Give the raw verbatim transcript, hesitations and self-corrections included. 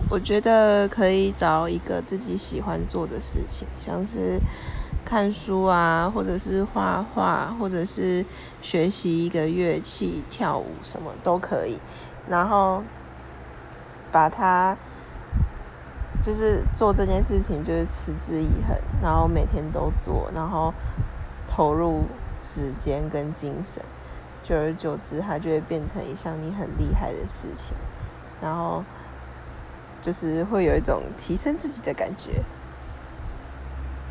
我觉得可以找一个自己喜欢做的事情，像是看书啊，或者是画画，或者是学习一个乐器、跳舞，什么都可以。然后把它就是做这件事情，就是持之以恒，然后每天都做，然后投入时间跟精神，久而久之，它就会变成一项你很厉害的事情，然后就是会有一种提升自己的感觉。